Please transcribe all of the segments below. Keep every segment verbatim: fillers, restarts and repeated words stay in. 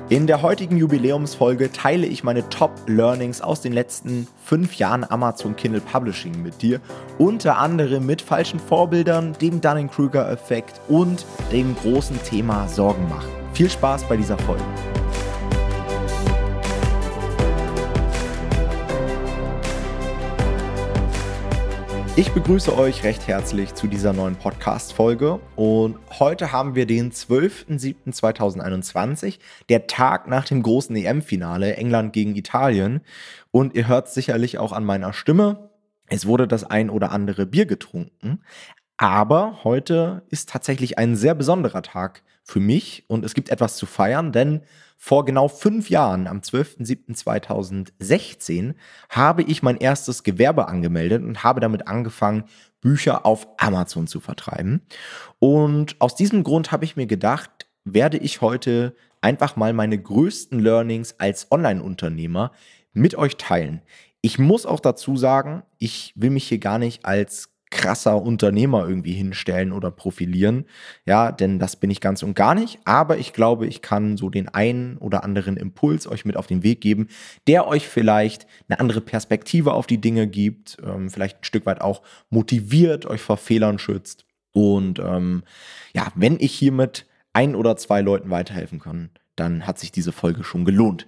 In der heutigen Jubiläumsfolge teile ich meine Top-Learnings aus den letzten fünf Jahren Amazon Kindle Publishing mit dir. Unter anderem mit falschen Vorbildern, dem Dunning-Kruger-Effekt und dem großen Thema Sorgen machen. Viel Spaß bei dieser Folge. Ich begrüße euch recht herzlich zu dieser neuen Podcast-Folge und heute haben wir den zwölften siebten zweitausendeinundzwanzig, der Tag nach dem großen E M-Finale England gegen Italien, und ihr hört sicherlich auch an meiner Stimme, es wurde das ein oder andere Bier getrunken, aber heute ist tatsächlich ein sehr besonderer Tag für mich und es gibt etwas zu feiern, denn vor genau fünf Jahren, am zwölften siebten zweitausendsechzehn, habe ich mein erstes Gewerbe angemeldet und habe damit angefangen, Bücher auf Amazon zu vertreiben. Und aus diesem Grund habe ich mir gedacht, werde ich heute einfach mal meine größten Learnings als Online-Unternehmer mit euch teilen. Ich muss auch dazu sagen, ich will mich hier gar nicht als krasser Unternehmer irgendwie hinstellen oder profilieren, ja, denn das bin ich ganz und gar nicht, aber ich glaube, ich kann so den einen oder anderen Impuls euch mit auf den Weg geben, der euch vielleicht eine andere Perspektive auf die Dinge gibt, ähm, vielleicht ein Stück weit auch motiviert, euch vor Fehlern schützt und ähm, ja, wenn ich hiermit ein oder zwei Leuten weiterhelfen kann, dann hat sich diese Folge schon gelohnt.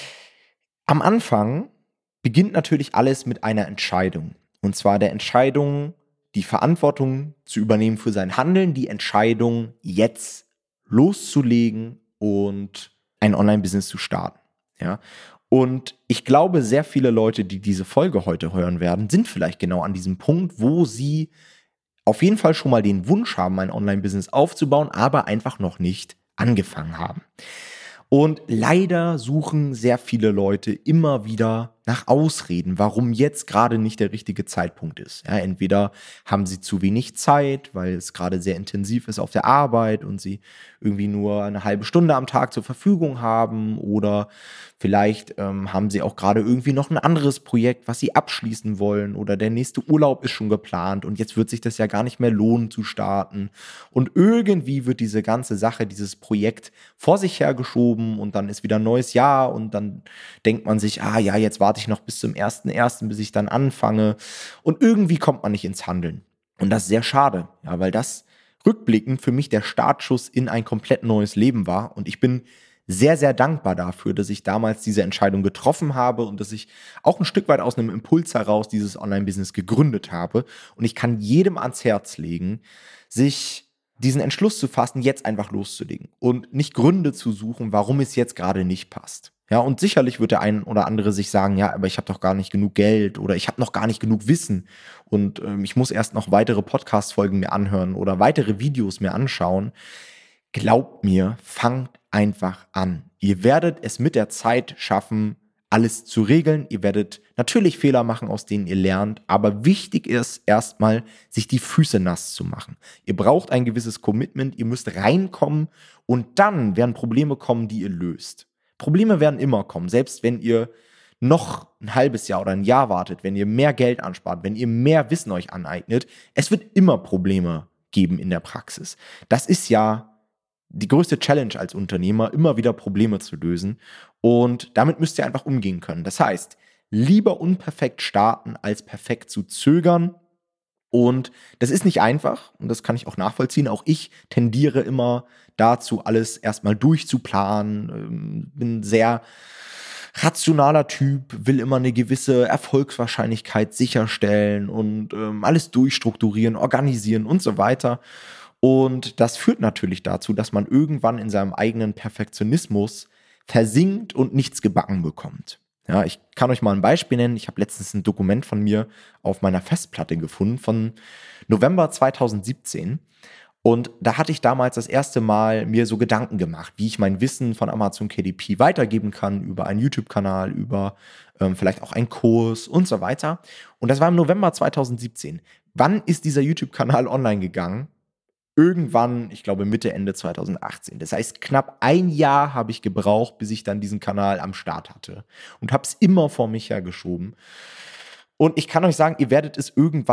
Am Anfang beginnt natürlich alles mit einer Entscheidung, und zwar der Entscheidung, die Verantwortung zu übernehmen für sein Handeln, die Entscheidung, jetzt loszulegen und ein Online-Business zu starten. Ja? Und ich glaube, sehr viele Leute, die diese Folge heute hören werden, sind vielleicht genau an diesem Punkt, wo sie auf jeden Fall schon mal den Wunsch haben, ein Online-Business aufzubauen, aber einfach noch nicht angefangen haben. Und leider suchen sehr viele Leute immer wieder nach Ausreden, warum jetzt gerade nicht der richtige Zeitpunkt ist. Ja, entweder haben sie zu wenig Zeit, weil es gerade sehr intensiv ist auf der Arbeit und sie irgendwie nur eine halbe Stunde am Tag zur Verfügung haben, oder vielleicht ähm, haben sie auch gerade irgendwie noch ein anderes Projekt, was sie abschließen wollen, oder der nächste Urlaub ist schon geplant und jetzt wird sich das ja gar nicht mehr lohnen zu starten. Und irgendwie wird diese ganze Sache, dieses Projekt vor sich hergeschoben und dann ist wieder ein neues Jahr und dann denkt man sich, ah ja, jetzt warte ich noch bis zum ersten ersten, bis ich dann anfange, und irgendwie kommt man nicht ins Handeln. Und das ist sehr schade, ja, weil das rückblickend für mich der Startschuss in ein komplett neues Leben war, und ich bin sehr, sehr dankbar dafür, dass ich damals diese Entscheidung getroffen habe und dass ich auch ein Stück weit aus einem Impuls heraus dieses Online-Business gegründet habe. Und ich kann jedem ans Herz legen, sich diesen Entschluss zu fassen, jetzt einfach loszulegen und nicht Gründe zu suchen, warum es jetzt gerade nicht passt. Ja, und sicherlich wird der ein oder andere sich sagen, ja, aber ich habe doch gar nicht genug Geld oder ich habe noch gar nicht genug Wissen und ähm, ich muss erst noch weitere Podcast-Folgen mir anhören oder weitere Videos mir anschauen. Glaubt mir, fangt einfach an. Ihr werdet es mit der Zeit schaffen, alles zu regeln. Ihr werdet natürlich Fehler machen, aus denen ihr lernt, aber wichtig ist erstmal, sich die Füße nass zu machen. Ihr braucht ein gewisses Commitment, ihr müsst reinkommen und dann werden Probleme kommen, die ihr löst. Probleme werden immer kommen, selbst wenn ihr noch ein halbes Jahr oder ein Jahr wartet, wenn ihr mehr Geld anspart, wenn ihr mehr Wissen euch aneignet. Es wird immer Probleme geben in der Praxis. Das ist ja die größte Challenge als Unternehmer, immer wieder Probleme zu lösen, und damit müsst ihr einfach umgehen können. Das heißt, lieber unperfekt starten, als perfekt zu zögern. Und das ist nicht einfach und das kann ich auch nachvollziehen. Auch ich tendiere immer dazu, alles erstmal durchzuplanen, bin sehr rationaler Typ, will immer eine gewisse Erfolgswahrscheinlichkeit sicherstellen und ähm, alles durchstrukturieren, organisieren und so weiter. Und das führt natürlich dazu, dass man irgendwann in seinem eigenen Perfektionismus versinkt und nichts gebacken bekommt. Ja, ich kann euch mal ein Beispiel nennen. Ich habe letztens ein Dokument von mir auf meiner Festplatte gefunden von November zweitausendsiebzehn. Und da hatte ich damals das erste Mal mir so Gedanken gemacht, wie ich mein Wissen von Amazon K D P weitergeben kann, über einen YouTube-Kanal, über ähm, vielleicht auch einen Kurs und so weiter. Und das war im November zweitausendsiebzehn. Wann ist dieser YouTube-Kanal online gegangen? Irgendwann, ich glaube Mitte, Ende zweitausendachtzehn. Das heißt, knapp ein Jahr habe ich gebraucht, bis ich dann diesen Kanal am Start hatte. Und habe es immer vor mich hergeschoben. Und ich kann euch sagen, ihr werdet es irgendwann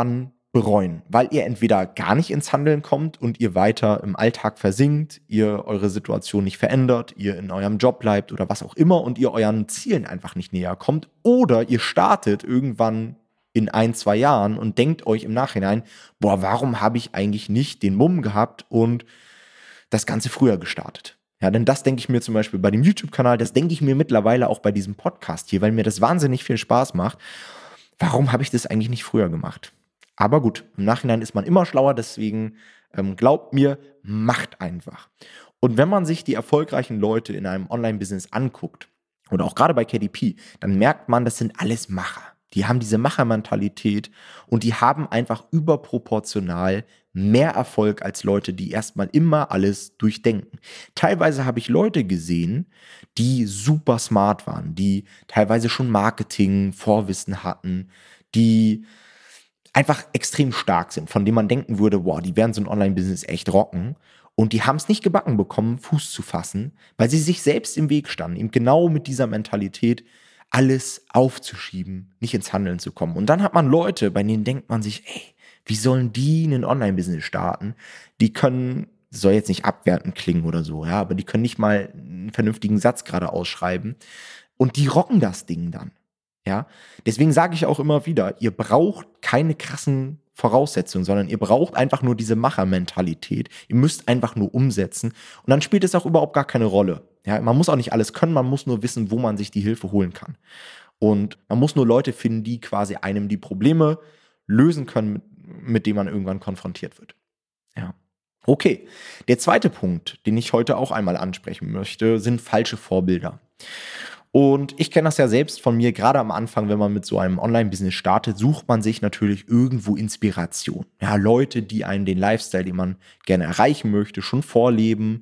bereuen, weil ihr entweder gar nicht ins Handeln kommt und ihr weiter im Alltag versinkt, ihr eure Situation nicht verändert, ihr in eurem Job bleibt oder was auch immer und ihr euren Zielen einfach nicht näher kommt, oder ihr startet irgendwann in ein, zwei Jahren und denkt euch im Nachhinein, boah, warum habe ich eigentlich nicht den Mumm gehabt und das Ganze früher gestartet? Ja, denn das denke ich mir zum Beispiel bei dem YouTube-Kanal, das denke ich mir mittlerweile auch bei diesem Podcast hier, weil mir das wahnsinnig viel Spaß macht. Warum habe ich das eigentlich nicht früher gemacht? Aber gut, im Nachhinein ist man immer schlauer, deswegen ähm, glaubt mir, macht einfach. Und wenn man sich die erfolgreichen Leute in einem Online-Business anguckt, oder auch gerade bei K D P, dann merkt man, das sind alles Macher. Die haben diese Machermentalität und die haben einfach überproportional mehr Erfolg als Leute, die erstmal immer alles durchdenken. Teilweise habe ich Leute gesehen, die super smart waren, die teilweise schon Marketing, Vorwissen hatten, die einfach extrem stark sind, von denen man denken würde, wow, die werden so ein Online-Business echt rocken. Und die haben es nicht gebacken bekommen, Fuß zu fassen, weil sie sich selbst im Weg standen, eben genau mit dieser Mentalität, alles aufzuschieben, nicht ins Handeln zu kommen. Und dann hat man Leute, bei denen denkt man sich, ey, wie sollen die ein Online-Business starten? Die können, soll jetzt nicht abwertend klingen oder so, ja, aber die können nicht mal einen vernünftigen Satz gerade ausschreiben. Und die rocken das Ding dann. Ja, deswegen sage ich auch immer wieder, ihr braucht keine krassen Voraussetzungen, sondern ihr braucht einfach nur diese Machermentalität. Ihr müsst einfach nur umsetzen und dann spielt es auch überhaupt gar keine Rolle. Ja, man muss auch nicht alles können, man muss nur wissen, wo man sich die Hilfe holen kann. Und man muss nur Leute finden, die quasi einem die Probleme lösen können, mit, mit denen man irgendwann konfrontiert wird. Ja. Okay, der zweite Punkt, den ich heute auch einmal ansprechen möchte, sind falsche Vorbilder. Und ich kenne das ja selbst von mir, gerade am Anfang, wenn man mit so einem Online-Business startet, sucht man sich natürlich irgendwo Inspiration. Ja, Leute, die einen den Lifestyle, den man gerne erreichen möchte, schon vorleben.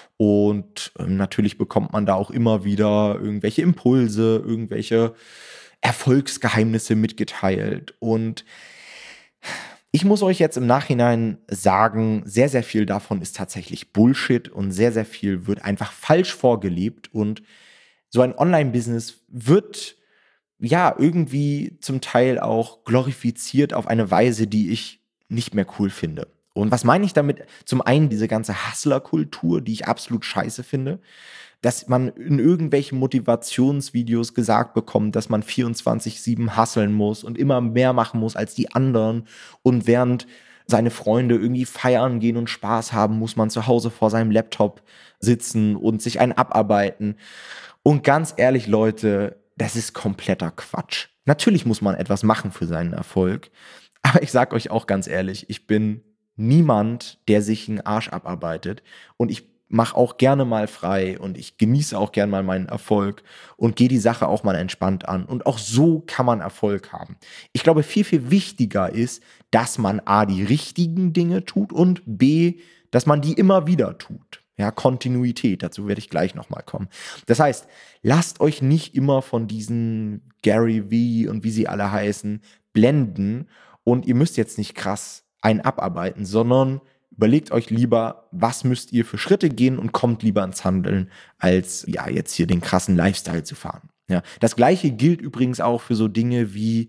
Und ähm, natürlich bekommt man da auch immer wieder irgendwelche Impulse, irgendwelche Erfolgsgeheimnisse mitgeteilt. Und ich muss euch jetzt im Nachhinein sagen, sehr, sehr viel davon ist tatsächlich Bullshit und sehr, sehr viel wird einfach falsch vorgelebt und so ein Online-Business wird ja irgendwie zum Teil auch glorifiziert auf eine Weise, die ich nicht mehr cool finde. Und was meine ich damit? Zum einen diese ganze Hustler-Kultur, die ich absolut scheiße finde, dass man in irgendwelchen Motivationsvideos gesagt bekommt, dass man vierundzwanzig sieben hustlen muss und immer mehr machen muss als die anderen und während seine Freunde irgendwie feiern gehen und Spaß haben, muss man zu Hause vor seinem Laptop sitzen und sich einen abarbeiten. Und ganz ehrlich, Leute, das ist kompletter Quatsch. Natürlich muss man etwas machen für seinen Erfolg. Aber ich sag euch auch ganz ehrlich, ich bin niemand, der sich einen Arsch abarbeitet. Und ich mache auch gerne mal frei und ich genieße auch gerne mal meinen Erfolg und gehe die Sache auch mal entspannt an. Und auch so kann man Erfolg haben. Ich glaube, viel, viel wichtiger ist, dass man A, die richtigen Dinge tut und B, dass man die immer wieder tut. Ja, Kontinuität, dazu werde ich gleich nochmal kommen. Das heißt, lasst euch nicht immer von diesen Gary V und wie sie alle heißen, blenden und ihr müsst jetzt nicht krass einen abarbeiten, sondern überlegt euch lieber, was müsst ihr für Schritte gehen und kommt lieber ins Handeln, als ja jetzt hier den krassen Lifestyle zu fahren. Ja, das Gleiche gilt übrigens auch für so Dinge wie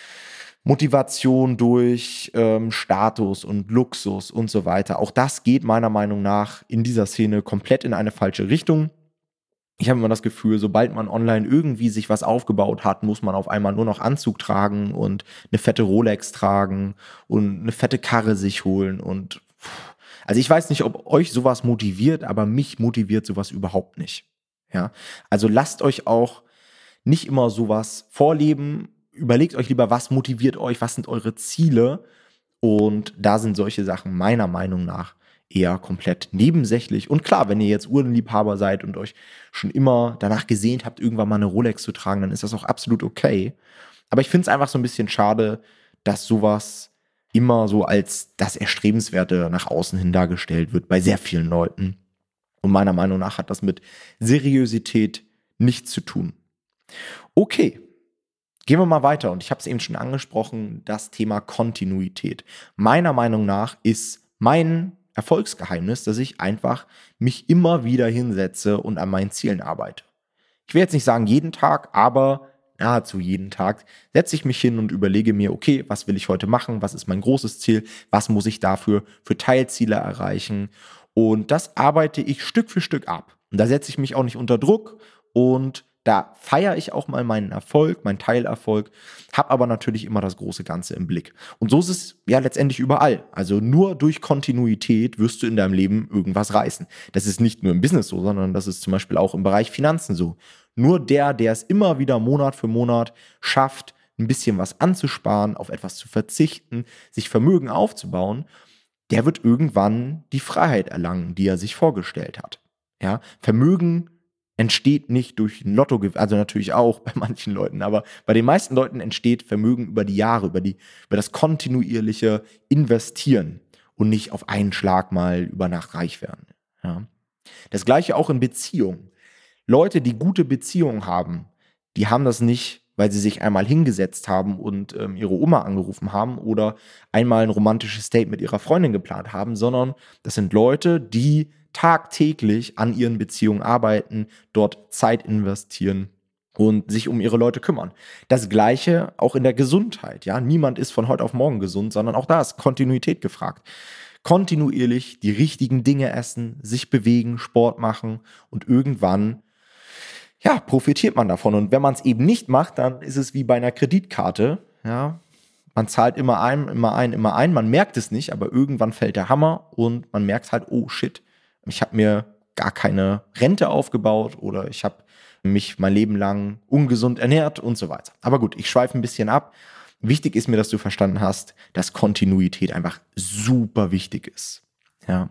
Motivation durch ähm, Status und Luxus und so weiter. Auch das geht meiner Meinung nach in dieser Szene komplett in eine falsche Richtung. Ich habe immer das Gefühl, sobald man online irgendwie sich was aufgebaut hat, muss man auf einmal nur noch Anzug tragen und eine fette Rolex tragen und eine fette Karre sich holen. Und also ich weiß nicht, ob euch sowas motiviert, aber mich motiviert sowas überhaupt nicht. Ja, also lasst euch auch nicht immer sowas vorleben. Überlegt euch lieber, was motiviert euch, was sind eure Ziele und da sind solche Sachen meiner Meinung nach eher komplett nebensächlich. Und klar, wenn ihr jetzt Uhrenliebhaber seid und euch schon immer danach gesehnt habt, irgendwann mal eine Rolex zu tragen, dann ist das auch absolut okay. Aber ich finde es einfach so ein bisschen schade, dass sowas immer so als das Erstrebenswerte nach außen hin dargestellt wird bei sehr vielen Leuten. Und meiner Meinung nach hat das mit Seriosität nichts zu tun. Okay. Gehen wir mal weiter und ich habe es eben schon angesprochen, das Thema Kontinuität. Meiner Meinung nach ist mein Erfolgsgeheimnis, dass ich einfach mich immer wieder hinsetze und an meinen Zielen arbeite. Ich will jetzt nicht sagen jeden Tag, aber nahezu jeden Tag, setze ich mich hin und überlege mir, okay, was will ich heute machen, was ist mein großes Ziel, was muss ich dafür für Teilziele erreichen, und das arbeite ich Stück für Stück ab. Und da setze ich mich auch nicht unter Druck und da feiere ich auch mal meinen Erfolg, meinen Teilerfolg, habe aber natürlich immer das große Ganze im Blick. Und so ist es ja letztendlich überall. Also nur durch Kontinuität wirst du in deinem Leben irgendwas reißen. Das ist nicht nur im Business so, sondern das ist zum Beispiel auch im Bereich Finanzen so. Nur der, der es immer wieder Monat für Monat schafft, ein bisschen was anzusparen, auf etwas zu verzichten, sich Vermögen aufzubauen, der wird irgendwann die Freiheit erlangen, die er sich vorgestellt hat. Ja, Vermögen entsteht nicht durch ein Lotto, also natürlich auch bei manchen Leuten, aber bei den meisten Leuten entsteht Vermögen über die Jahre, über die, über das kontinuierliche Investieren und nicht auf einen Schlag mal über Nacht reich werden. Ja. Das Gleiche auch in Beziehungen. Leute, die gute Beziehungen haben, die haben das nicht, weil sie sich einmal hingesetzt haben und ähm, ihre Oma angerufen haben oder einmal ein romantisches Date mit ihrer Freundin geplant haben, sondern das sind Leute, die tagtäglich an ihren Beziehungen arbeiten, dort Zeit investieren und sich um ihre Leute kümmern. Das Gleiche auch in der Gesundheit. Ja? Niemand ist von heute auf morgen gesund, sondern auch da ist Kontinuität gefragt. Kontinuierlich die richtigen Dinge essen, sich bewegen, Sport machen und irgendwann ja, profitiert man davon. Und wenn man es eben nicht macht, dann ist es wie bei einer Kreditkarte. Ja? Man zahlt immer ein, immer ein, immer ein. Man merkt es nicht, aber irgendwann fällt der Hammer und man merkt halt, oh shit, ich habe mir gar keine Rente aufgebaut oder ich habe mich mein Leben lang ungesund ernährt und so weiter. Aber gut, ich schweife ein bisschen ab. Wichtig ist mir, dass du verstanden hast, dass Kontinuität einfach super wichtig ist. Ja.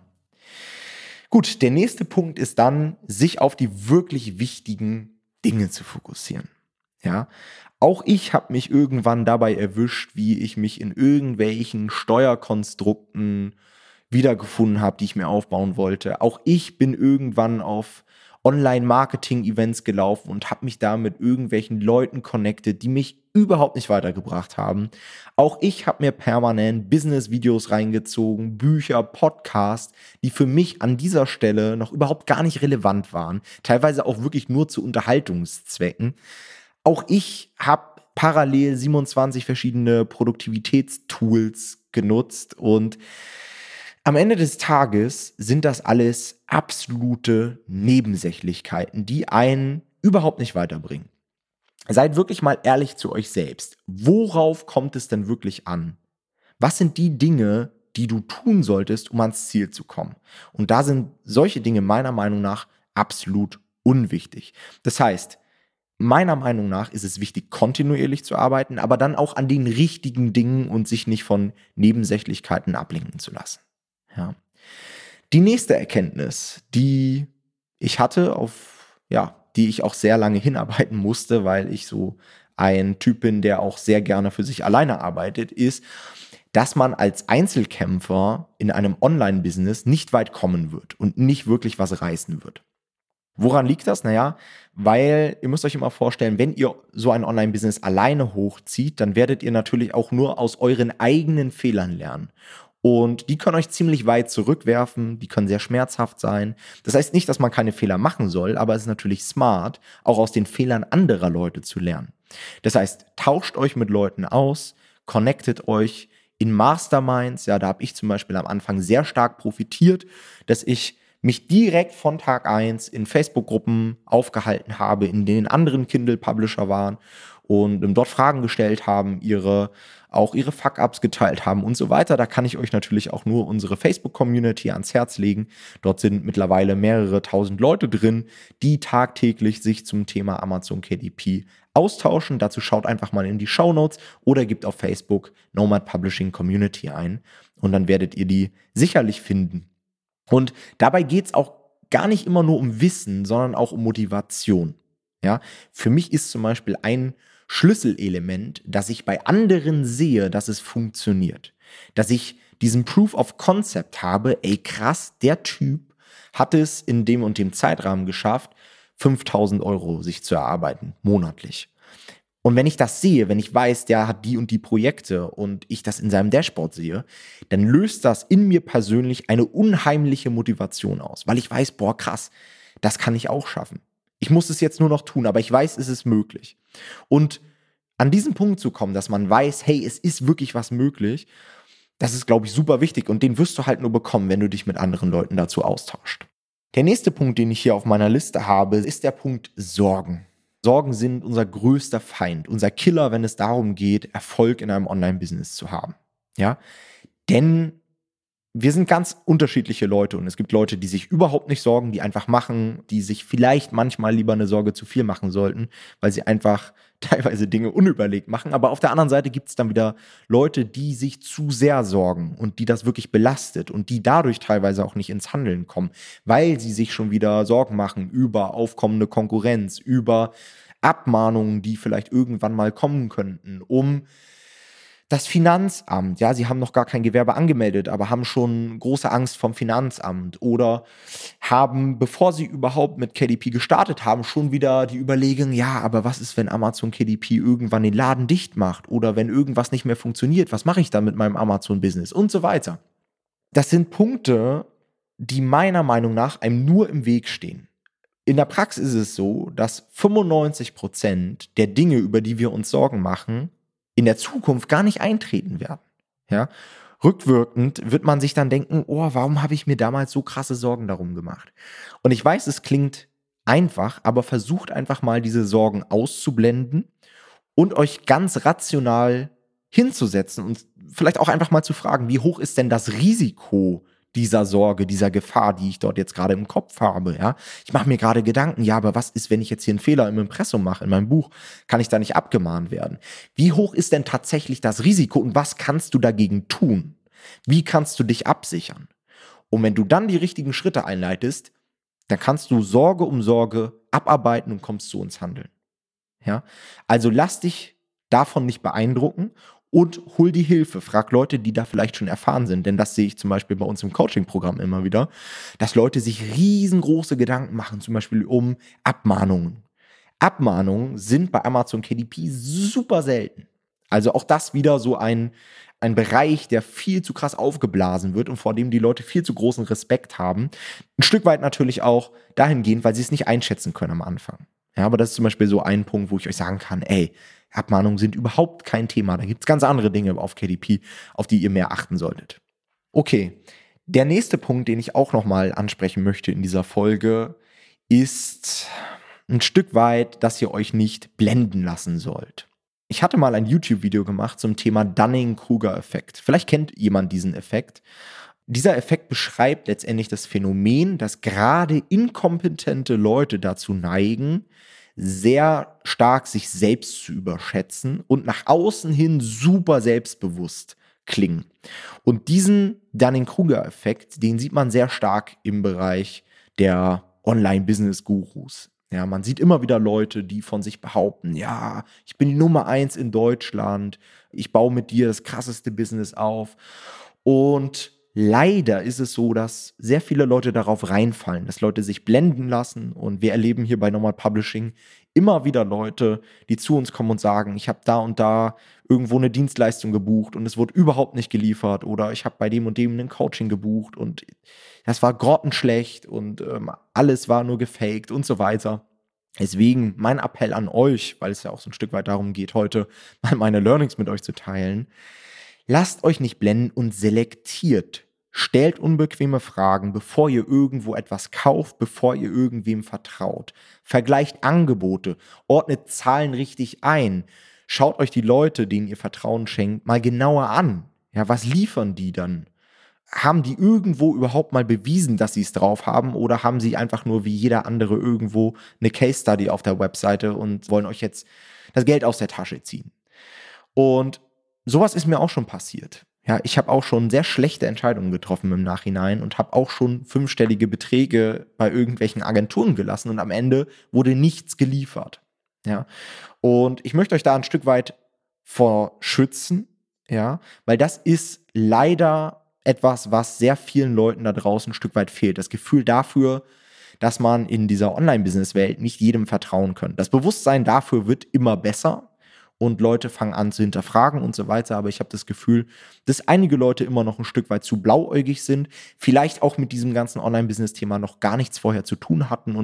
Gut, der nächste Punkt ist dann, sich auf die wirklich wichtigen Dinge zu fokussieren. Ja. Auch ich habe mich irgendwann dabei erwischt, wie ich mich in irgendwelchen Steuerkonstrukten wiedergefunden habe, die ich mir aufbauen wollte. Auch ich bin irgendwann auf Online-Marketing-Events gelaufen und habe mich da mit irgendwelchen Leuten connected, die mich überhaupt nicht weitergebracht haben. Auch ich habe mir permanent Business-Videos reingezogen, Bücher, Podcasts, die für mich an dieser Stelle noch überhaupt gar nicht relevant waren. Teilweise auch wirklich nur zu Unterhaltungszwecken. Auch ich habe parallel siebenundzwanzig verschiedene Produktivitätstools genutzt und am Ende des Tages sind das alles absolute Nebensächlichkeiten, die einen überhaupt nicht weiterbringen. Seid wirklich mal ehrlich zu euch selbst. Worauf kommt es denn wirklich an? Was sind die Dinge, die du tun solltest, um ans Ziel zu kommen? Und da sind solche Dinge meiner Meinung nach absolut unwichtig. Das heißt, meiner Meinung nach ist es wichtig, kontinuierlich zu arbeiten, aber dann auch an den richtigen Dingen und sich nicht von Nebensächlichkeiten ablenken zu lassen. Ja. Die nächste Erkenntnis, die ich hatte, auf, ja, die ich auch sehr lange hinarbeiten musste, weil ich so ein Typ bin, der auch sehr gerne für sich alleine arbeitet, ist, dass man als Einzelkämpfer in einem Online-Business nicht weit kommen wird und nicht wirklich was reißen wird. Woran liegt das? Naja, weil ihr müsst euch immer vorstellen, wenn ihr so ein Online-Business alleine hochzieht, dann werdet ihr natürlich auch nur aus euren eigenen Fehlern lernen. Und die können euch ziemlich weit zurückwerfen, die können sehr schmerzhaft sein. Das heißt nicht, dass man keine Fehler machen soll, aber es ist natürlich smart, auch aus den Fehlern anderer Leute zu lernen. Das heißt, tauscht euch mit Leuten aus, connectet euch in Masterminds. Ja, da habe ich zum Beispiel am Anfang sehr stark profitiert, dass ich mich direkt von Tag eins in Facebook-Gruppen aufgehalten habe, in denen anderen Kindle-Publisher waren und dort Fragen gestellt haben, ihre auch ihre Fuck-Ups geteilt haben und so weiter. Da kann ich euch natürlich auch nur unsere Facebook-Community ans Herz legen. Dort sind mittlerweile mehrere tausend Leute drin, die tagtäglich sich zum Thema Amazon K D P austauschen. Dazu schaut einfach mal in die Shownotes oder gebt auf Facebook Nomad Publishing Community ein und dann werdet ihr die sicherlich finden. Und dabei geht es auch gar nicht immer nur um Wissen, sondern auch um Motivation. Ja, für mich ist zum Beispiel ein Schlüsselelement, dass ich bei anderen sehe, dass es funktioniert. Dass ich diesen Proof of Concept habe, ey krass, der Typ hat es in dem und dem Zeitrahmen geschafft, fünftausend Euro sich zu erarbeiten, monatlich. Und wenn ich das sehe, wenn ich weiß, der hat die und die Projekte und ich das in seinem Dashboard sehe, dann löst das in mir persönlich eine unheimliche Motivation aus, weil ich weiß, boah krass, das kann ich auch schaffen. Ich muss es jetzt nur noch tun, aber ich weiß, es ist möglich. Und an diesen Punkt zu kommen, dass man weiß, hey, es ist wirklich was möglich, das ist, glaube ich, super wichtig. Und den wirst du halt nur bekommen, wenn du dich mit anderen Leuten dazu austauschst. Der nächste Punkt, den ich hier auf meiner Liste habe, ist der Punkt Sorgen. Sorgen sind unser größter Feind, unser Killer, wenn es darum geht, Erfolg in einem Online-Business zu haben. Ja, denn wir sind ganz unterschiedliche Leute und es gibt Leute, die sich überhaupt nicht sorgen, die einfach machen, die sich vielleicht manchmal lieber eine Sorge zu viel machen sollten, weil sie einfach teilweise Dinge unüberlegt machen. Aber auf der anderen Seite gibt es dann wieder Leute, die sich zu sehr sorgen und die das wirklich belastet und die dadurch teilweise auch nicht ins Handeln kommen, weil sie sich schon wieder Sorgen machen über aufkommende Konkurrenz, über Abmahnungen, die vielleicht irgendwann mal kommen könnten, um das Finanzamt, ja, sie haben noch gar kein Gewerbe angemeldet, aber haben schon große Angst vom Finanzamt oder haben, bevor sie überhaupt mit K D P gestartet haben, schon wieder die Überlegung, ja, aber was ist, wenn Amazon K D P irgendwann den Laden dicht macht oder wenn irgendwas nicht mehr funktioniert, was mache ich dann mit meinem Amazon-Business und so weiter. Das sind Punkte, die meiner Meinung nach einem nur im Weg stehen. In der Praxis ist es so, dass fünfundneunzig Prozent der Dinge, über die wir uns Sorgen machen, in der Zukunft gar nicht eintreten werden. Ja? Rückwirkend wird man sich dann denken, oh, warum habe ich mir damals so krasse Sorgen darum gemacht? Und ich weiß, es klingt einfach, aber versucht einfach mal diese Sorgen auszublenden und euch ganz rational hinzusetzen und vielleicht auch einfach mal zu fragen, wie hoch ist denn das Risiko dieser Sorge, dieser Gefahr, die ich dort jetzt gerade im Kopf habe, ja. Ich mache mir gerade Gedanken, ja, aber was ist, wenn ich jetzt hier einen Fehler im Impressum mache, in meinem Buch, kann ich da nicht abgemahnt werden? Wie hoch ist denn tatsächlich das Risiko und was kannst du dagegen tun? Wie kannst du dich absichern? Und wenn du dann die richtigen Schritte einleitest, dann kannst du Sorge um Sorge abarbeiten und kommst so ins Handeln. Ja? Also lass dich davon nicht beeindrucken und hol die Hilfe. Frag Leute, die da vielleicht schon erfahren sind. Denn das sehe ich zum Beispiel bei uns im Coaching-Programm immer wieder, dass Leute sich riesengroße Gedanken machen, zum Beispiel um Abmahnungen. Abmahnungen sind bei Amazon K D P super selten. Also auch das wieder so ein, ein Bereich, der viel zu krass aufgeblasen wird und vor dem die Leute viel zu großen Respekt haben. Ein Stück weit natürlich auch dahingehend, weil sie es nicht einschätzen können am Anfang. Ja, aber das ist zum Beispiel so ein Punkt, wo ich euch sagen kann, ey, Abmahnungen sind überhaupt kein Thema. Da gibt es ganz andere Dinge auf K D P, auf die ihr mehr achten solltet. Okay, der nächste Punkt, den ich auch nochmal ansprechen möchte in dieser Folge, ist ein Stück weit, dass ihr euch nicht blenden lassen sollt. Ich hatte mal ein YouTube-Video gemacht zum Thema Dunning-Kruger-Effekt. Vielleicht kennt jemand diesen Effekt. Dieser Effekt beschreibt letztendlich das Phänomen, dass gerade inkompetente Leute dazu neigen, sehr stark sich selbst zu überschätzen und nach außen hin super selbstbewusst klingen. Und diesen Dunning-Kruger-Effekt, den sieht man sehr stark im Bereich der Online-Business-Gurus. Ja, man sieht immer wieder Leute, die von sich behaupten, ja, ich bin die Nummer eins in Deutschland, ich baue mit dir das krasseste Business auf. Und leider ist es so, dass sehr viele Leute darauf reinfallen, dass Leute sich blenden lassen und wir erleben hier bei Nomad Publishing immer wieder Leute, die zu uns kommen und sagen, ich habe da und da irgendwo eine Dienstleistung gebucht und es wurde überhaupt nicht geliefert oder ich habe bei dem und dem ein Coaching gebucht und das war grottenschlecht und ähm, alles war nur gefaked und so weiter. Deswegen mein Appell an euch, weil es ja auch so ein Stück weit darum geht, heute mal meine Learnings mit euch zu teilen. Lasst euch nicht blenden und selektiert. Stellt unbequeme Fragen, bevor ihr irgendwo etwas kauft, bevor ihr irgendwem vertraut. Vergleicht Angebote, ordnet Zahlen richtig ein. Schaut euch die Leute, denen ihr Vertrauen schenkt, mal genauer an. Ja, was liefern die dann? Haben die irgendwo überhaupt mal bewiesen, dass sie es drauf haben oder haben sie einfach nur wie jeder andere irgendwo eine Case Study auf der Webseite und wollen euch jetzt das Geld aus der Tasche ziehen? Und sowas ist mir auch schon passiert. Ja, ich habe auch schon sehr schlechte Entscheidungen getroffen im Nachhinein und habe auch schon fünfstellige Beträge bei irgendwelchen Agenturen gelassen und am Ende wurde nichts geliefert. Ja, und ich möchte euch da ein Stück weit vor schützen, ja, weil das ist leider etwas, was sehr vielen Leuten da draußen ein Stück weit fehlt. Das Gefühl dafür, dass man in dieser Online-Business-Welt nicht jedem vertrauen kann. Das Bewusstsein dafür wird immer besser und Leute fangen an zu hinterfragen und so weiter. Aber ich habe das Gefühl, dass einige Leute immer noch ein Stück weit zu blauäugig sind, vielleicht auch mit diesem ganzen Online-Business-Thema noch gar nichts vorher zu tun hatten und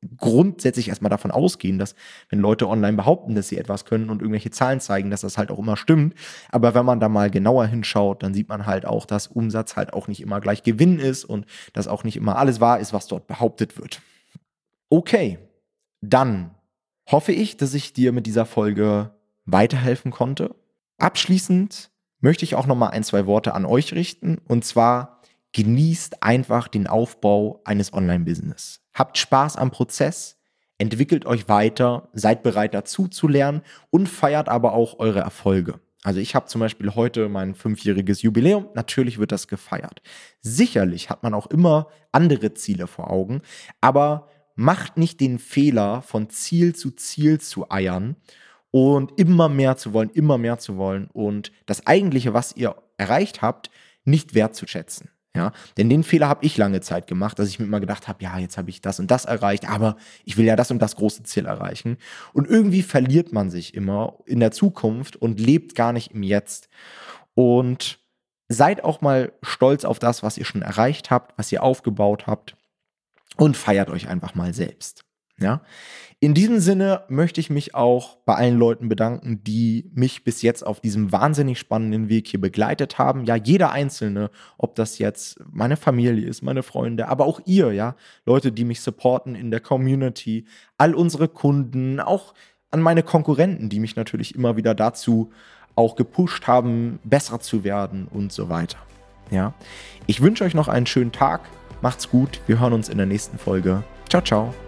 grundsätzlich erstmal davon ausgehen, dass wenn Leute online behaupten, dass sie etwas können und irgendwelche Zahlen zeigen, dass das halt auch immer stimmt. Aber wenn man da mal genauer hinschaut, dann sieht man halt auch, dass Umsatz halt auch nicht immer gleich Gewinn ist und dass auch nicht immer alles wahr ist, was dort behauptet wird. Okay, dann hoffe ich, dass ich dir mit dieser Folge weiterhelfen konnte. Abschließend möchte ich auch noch mal ein, zwei Worte an euch richten, und zwar: Genießt einfach den Aufbau eines Online-Business. Habt Spaß am Prozess, entwickelt euch weiter, seid bereit dazu zu lernen und feiert aber auch eure Erfolge. Also ich habe zum Beispiel heute mein fünfjähriges Jubiläum, natürlich wird das gefeiert. Sicherlich hat man auch immer andere Ziele vor Augen, aber macht nicht den Fehler, von Ziel zu Ziel zu eiern und immer mehr zu wollen, immer mehr zu wollen und das Eigentliche, was ihr erreicht habt, nicht wertzuschätzen. Ja, denn den Fehler habe ich lange Zeit gemacht, dass ich mir immer gedacht habe, ja, jetzt habe ich das und das erreicht, aber ich will ja das und das große Ziel erreichen. Und irgendwie verliert man sich immer in der Zukunft und lebt gar nicht im Jetzt. Und seid auch mal stolz auf das, was ihr schon erreicht habt, was ihr aufgebaut habt, und feiert euch einfach mal selbst. Ja? In diesem Sinne möchte ich mich auch bei allen Leuten bedanken, die mich bis jetzt auf diesem wahnsinnig spannenden Weg hier begleitet haben. Ja, jeder Einzelne, ob das jetzt meine Familie ist, meine Freunde, aber auch ihr, ja, Leute, die mich supporten in der Community, all unsere Kunden, auch an meine Konkurrenten, die mich natürlich immer wieder dazu auch gepusht haben, besser zu werden und so weiter. Ja, ich wünsche euch noch einen schönen Tag, macht's gut, wir hören uns in der nächsten Folge. Ciao, ciao.